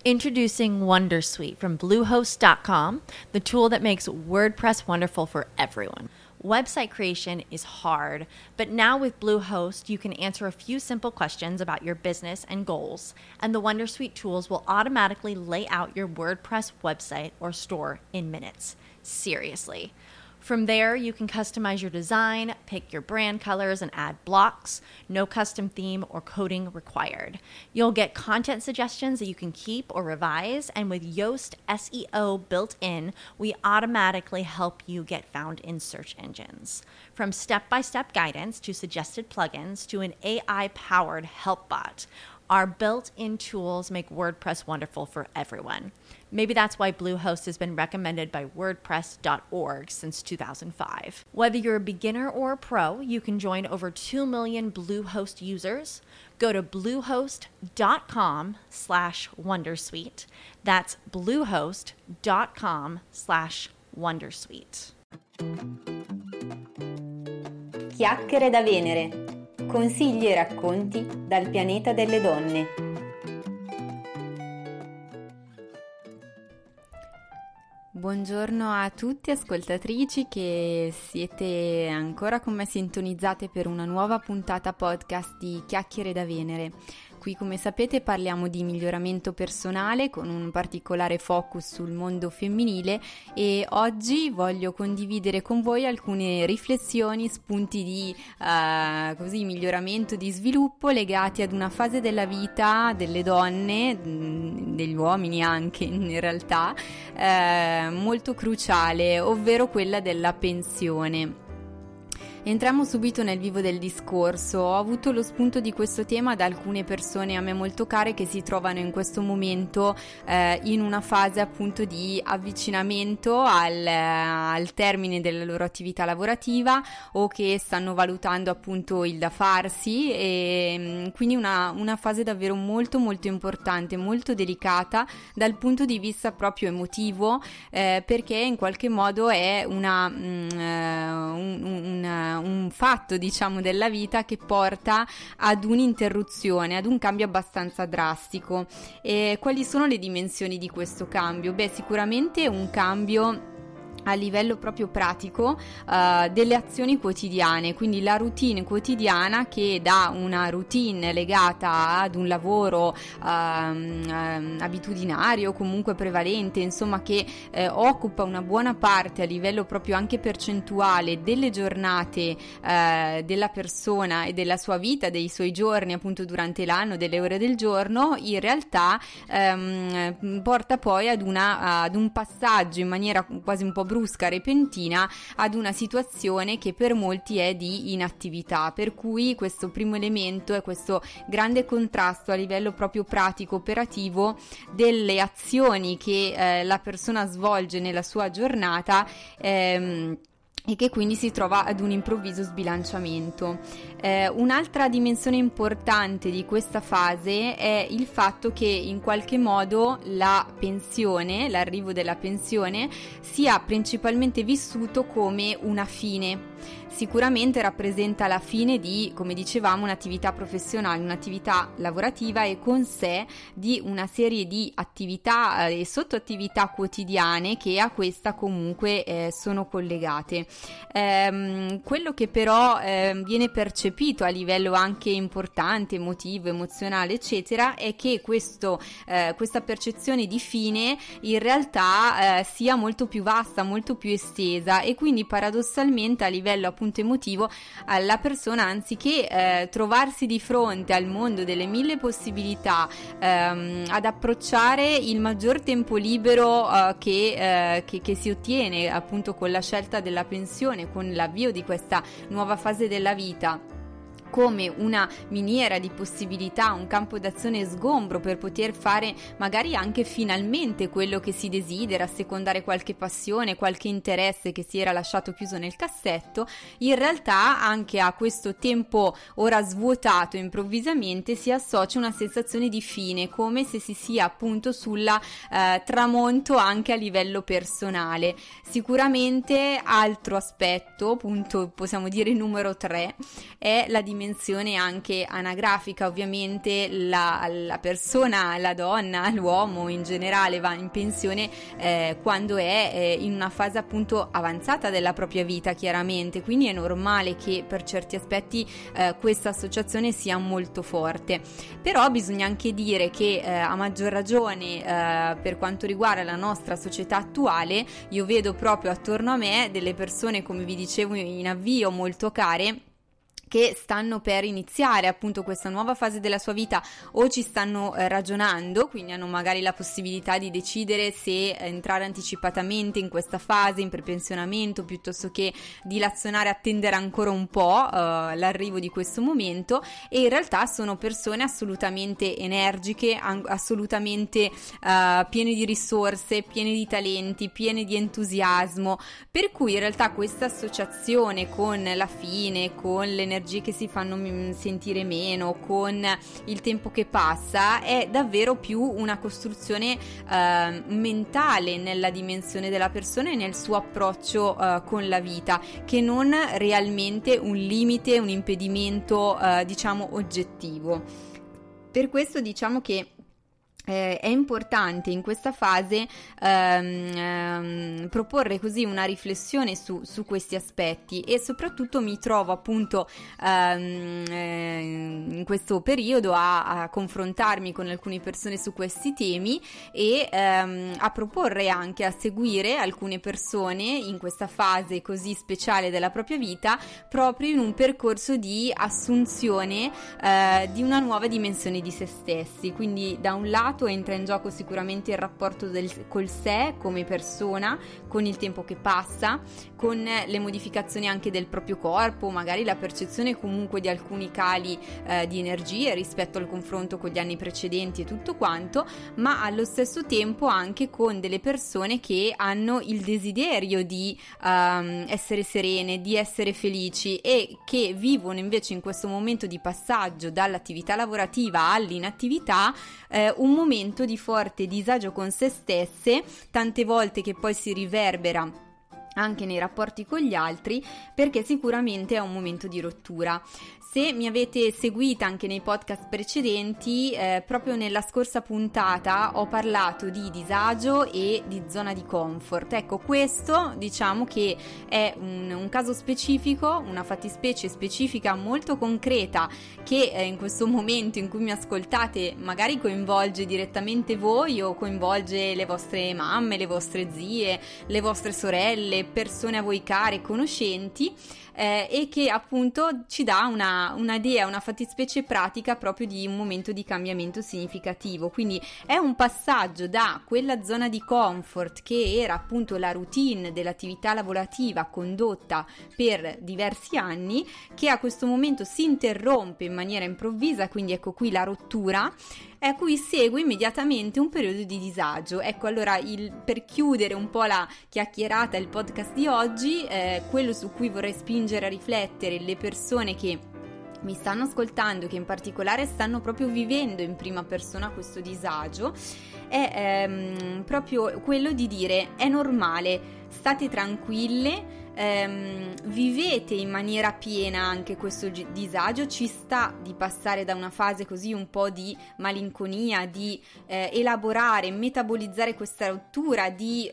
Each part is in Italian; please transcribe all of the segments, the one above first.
Introducing Wondersuite from Bluehost.com, the tool that makes WordPress wonderful for everyone. Website creation is hard, but now with Bluehost, you can answer a few simple questions about your business and goals, and the Wondersuite tools will automatically lay out your WordPress website or store in minutes. Seriously. From there, you can customize your design, pick your brand colors, and add blocks. No custom theme or coding required. You'll get content suggestions that you can keep or revise, and with Yoast SEO built in, we automatically help you get found in search engines. From step-by-step guidance to suggested plugins to an AI-powered help bot, our built-in tools make WordPress wonderful for everyone. Maybe that's why Bluehost has been recommended by WordPress.org since 2005. Whether you're a beginner or a pro, you can join over 2 million Bluehost users. Go to bluehost.com/wondersuite. That's bluehost.com/wondersuite. Chiacchiere da Venere. Consigli e racconti dal pianeta delle donne. Buongiorno a tutti ascoltatrici che siete ancora con me sintonizzate per una nuova puntata podcast di Chiacchiere da Venere. Qui, come sapete, parliamo di miglioramento personale con un particolare focus sul mondo femminile e oggi voglio condividere con voi alcune riflessioni, spunti di miglioramento, di sviluppo legati ad una fase della vita delle donne, degli uomini anche in realtà, molto cruciale, ovvero quella della pensione. Entriamo subito nel vivo del discorso. Ho avuto lo spunto di questo tema da alcune persone a me molto care che si trovano in questo momento in una fase appunto di avvicinamento al termine della loro attività lavorativa o che stanno valutando appunto il da farsi, e quindi una fase davvero molto molto importante, molto delicata dal punto di vista proprio emotivo, perché in qualche modo è un fatto, diciamo, della vita che porta ad un'interruzione, ad un cambio abbastanza drastico. E quali sono le dimensioni di questo cambio? Beh, sicuramente un cambio a livello proprio pratico delle azioni quotidiane, quindi la routine quotidiana, che da una routine legata ad un lavoro abitudinario, comunque prevalente, insomma, che occupa una buona parte a livello proprio anche percentuale delle giornate della persona e della sua vita, dei suoi giorni appunto durante l'anno, delle ore del giorno, in realtà porta poi ad un passaggio in maniera quasi un po' brusca, repentina, ad una situazione che per molti è di inattività, per cui questo primo elemento è questo grande contrasto a livello proprio pratico, operativo, delle azioni che la persona svolge nella sua giornata, e che quindi si trova ad un improvviso sbilanciamento. Un'altra dimensione importante di questa fase è il fatto che in qualche modo la pensione, l'arrivo della pensione, sia principalmente vissuto come una fine. Sicuramente rappresenta la fine di, come dicevamo, un'attività professionale, un'attività lavorativa, e con sé di una serie di attività e sottoattività quotidiane che a questa comunque sono collegate. Quello che però viene percepito a livello anche importante, emotivo, emozionale, eccetera, è che questa percezione di fine in realtà sia molto più vasta, molto più estesa, e quindi paradossalmente a livello appunto emotivo la persona, anziché trovarsi di fronte al mondo delle mille possibilità, ad approcciare il maggior tempo libero che si ottiene appunto con la scelta della pensione, con l'avvio di questa nuova fase della vita, come una miniera di possibilità, un campo d'azione sgombro per poter fare magari anche finalmente quello che si desidera, assecondare qualche passione, qualche interesse che si era lasciato chiuso nel cassetto, in realtà anche a questo tempo ora svuotato improvvisamente si associa una sensazione di fine, come se si sia appunto sulla tramonto anche a livello personale. Sicuramente altro aspetto, appunto possiamo dire numero 3, è la dimensione dimensione anche anagrafica. Ovviamente la persona, la donna, l'uomo in generale va in pensione quando è in una fase appunto avanzata della propria vita, chiaramente, quindi è normale che per certi aspetti questa associazione sia molto forte. Però bisogna anche dire che a maggior ragione per quanto riguarda la nostra società attuale, io vedo proprio attorno a me delle persone, come vi dicevo in avvio, molto care, che stanno per iniziare appunto questa nuova fase della sua vita, o ci stanno ragionando, quindi hanno magari la possibilità di decidere se entrare anticipatamente in questa fase, in prepensionamento, piuttosto che dilazionare, attendere ancora un po' l'arrivo di questo momento. E in realtà sono persone assolutamente energiche, assolutamente piene di risorse, piene di talenti, piene di entusiasmo, per cui in realtà questa associazione con la fine, con l'energia che si fanno sentire meno, con il tempo che passa, è davvero più una costruzione mentale nella dimensione della persona e nel suo approccio con la vita, che non realmente un limite, un impedimento diciamo oggettivo. Per questo diciamo che è importante in questa fase proporre così una riflessione su questi aspetti, e soprattutto mi trovo appunto in questo periodo a confrontarmi con alcune persone su questi temi e a proporre anche, a seguire alcune persone in questa fase così speciale della propria vita, proprio in un percorso di assunzione di una nuova dimensione di se stessi. Quindi da un lato entra in gioco sicuramente il rapporto col sé come persona, con il tempo che passa, con le modificazioni anche del proprio corpo, magari la percezione comunque di alcuni cali di energie rispetto al confronto con gli anni precedenti e tutto quanto, ma allo stesso tempo anche con delle persone che hanno il desiderio di essere serene, di essere felici, e che vivono invece in questo momento di passaggio dall'attività lavorativa all'inattività un momento di forte disagio con se stesse, tante volte che poi si riverbera anche nei rapporti con gli altri, perché sicuramente è un momento di rottura. Se mi avete seguita anche nei podcast precedenti, proprio nella scorsa puntata ho parlato di disagio e di zona di comfort. Ecco, questo diciamo che è un caso specifico, una fattispecie specifica molto concreta, che in questo momento in cui mi ascoltate magari coinvolge direttamente voi, o coinvolge le vostre mamme, le vostre zie, le vostre sorelle, persone a voi care, conoscenti, e che appunto ci dà un'idea, una fattispecie pratica proprio di un momento di cambiamento significativo. Quindi è un passaggio da quella zona di comfort che era appunto la routine dell'attività lavorativa condotta per diversi anni, che a questo momento si interrompe in maniera improvvisa, quindi ecco qui la rottura, a cui segue immediatamente un periodo di disagio. Ecco, allora per chiudere un po' la chiacchierata, il podcast di oggi, quello su cui vorrei spingere a riflettere le persone che mi stanno ascoltando, che in particolare stanno proprio vivendo in prima persona questo disagio, è proprio quello di dire: è normale, state tranquille, vivete in maniera piena anche questo disagio, ci sta di passare da una fase così un po' di malinconia, di elaborare, metabolizzare questa rottura, di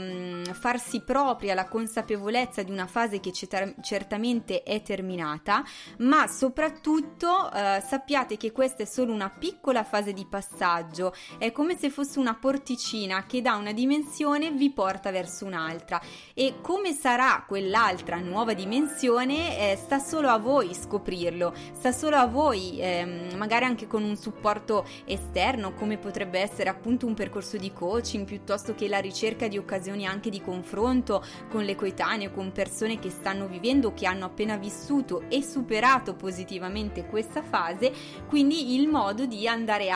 farsi propria la consapevolezza di una fase che certamente è terminata, ma soprattutto sappiate che questa è solo una piccola fase di passaggio, è come se fosse una porticina che da una dimensione vi porta verso un'altra, e come sarà quell'altra nuova dimensione sta solo a voi scoprirlo, sta solo a voi, magari anche con un supporto esterno, come potrebbe essere appunto un percorso di coaching, piuttosto che la ricerca di occasioni anche di confronto con le coetanee, con persone che stanno vivendo, che hanno appena vissuto e superato positivamente questa fase. Quindi il modo di andare a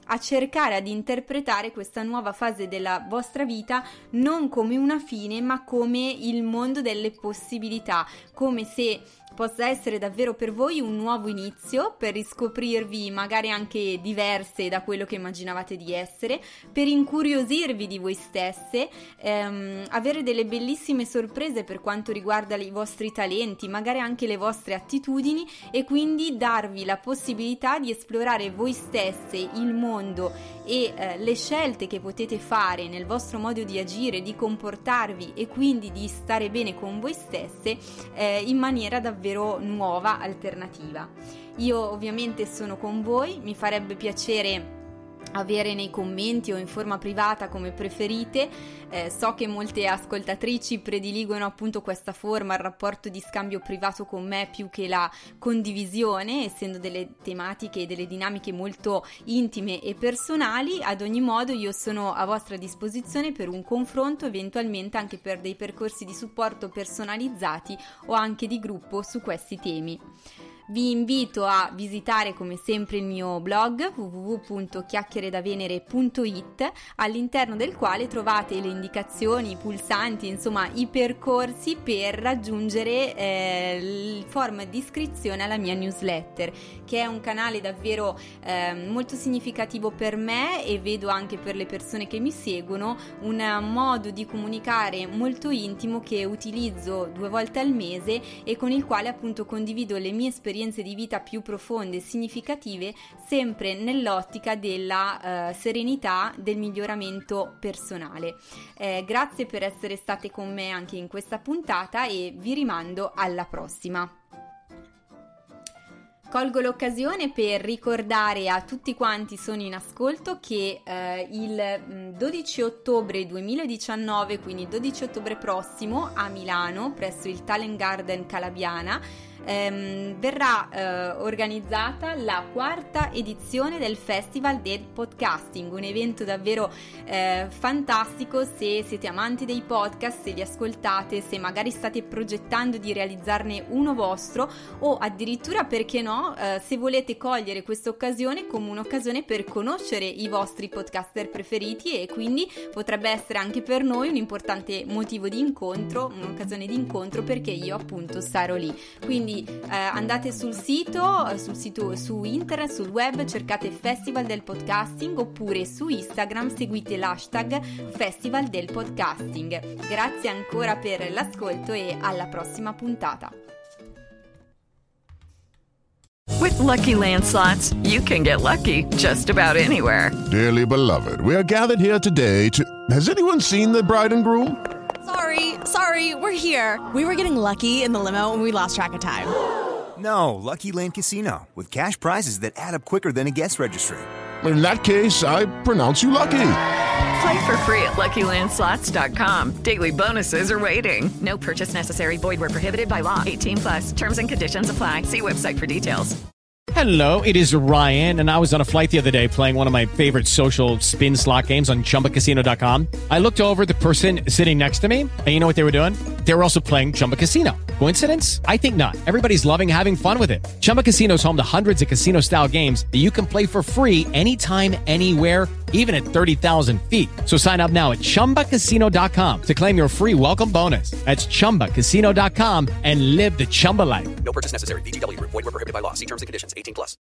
a cercare di interpretare questa nuova fase della vostra vita non come una fine, ma come il mondo delle possibilità, come se possa essere davvero per voi un nuovo inizio, per riscoprirvi magari anche diverse da quello che immaginavate di essere, per incuriosirvi di voi stesse, avere delle bellissime sorprese per quanto riguarda i vostri talenti, magari anche le vostre attitudini, e quindi darvi la possibilità di esplorare voi stesse, il mondo e le scelte che potete fare nel vostro modo di agire, di comportarvi e quindi di stare bene con voi stesse in maniera davvero nuova, alternativa. Io ovviamente sono con voi, mi farebbe piacere avere nei commenti o in forma privata come preferite. So che molte ascoltatrici prediligono appunto questa forma, il rapporto di scambio privato con me più che la condivisione, essendo delle tematiche e delle dinamiche molto intime e personali. Ad ogni modo io sono a vostra disposizione per un confronto, eventualmente anche per dei percorsi di supporto personalizzati o anche di gruppo su questi temi. Vi invito a visitare come sempre il mio blog www.chiacchieredavenere.it, all'interno del quale trovate le indicazioni, i pulsanti, insomma i percorsi per raggiungere il form di iscrizione alla mia newsletter, che è un canale davvero molto significativo per me, e vedo anche per le persone che mi seguono un modo di comunicare molto intimo che utilizzo 2 volte al mese e con il quale appunto condivido le mie esperienze di vita più profonde e significative, sempre nell'ottica della serenità, del miglioramento personale. Grazie per essere state con me anche in questa puntata e vi rimando alla prossima. Colgo l'occasione per ricordare a tutti quanti sono in ascolto che il 12 ottobre 2019, quindi il 12 ottobre prossimo, a Milano, presso il Talent Garden Calabiana, verrà organizzata la 4ª edizione del Festival del Podcasting, un evento davvero fantastico. Se siete amanti dei podcast, se li ascoltate, se magari state progettando di realizzarne uno vostro, o addirittura, perché no, se volete cogliere questa occasione come un'occasione per conoscere i vostri podcaster preferiti, e quindi potrebbe essere anche per noi un importante motivo di incontro, un'occasione di incontro, perché io appunto sarò lì. Quindi andate sul sito su internet, sul web, cercate Festival del Podcasting, oppure su Instagram seguite l'hashtag Festival del Podcasting. Grazie ancora per l'ascolto e alla prossima puntata. With Lucky Land Slots, you can get lucky just about anywhere. Dearly beloved, we are gathered here today to... Has anyone seen the bride and groom? Sorry, we're here. We were getting lucky in the limo and we lost track of time. No, Lucky Land Casino, with cash prizes that add up quicker than a guest registry. In that case, I pronounce you lucky. Play for free at LuckyLandSlots.com. Daily bonuses are waiting. No purchase necessary. Void where prohibited by law. 18+. Terms and conditions apply. See website for details. Hello, it is Ryan, and I was on a flight the other day playing one of my favorite social spin slot games on ChumbaCasino.com. I looked over at the person sitting next to me, and you know what they were doing? They were also playing Chumba Casino. Coincidence? I think not. Everybody's loving having fun with it. Chumba Casino is home to hundreds of casino-style games that you can play for free anytime, anywhere, even at 30,000 feet. So sign up now at ChumbaCasino.com to claim your free welcome bonus. That's ChumbaCasino.com and live the Chumba life. No purchase necessary. VGW. Void where prohibited by law. See terms and conditions. 18+.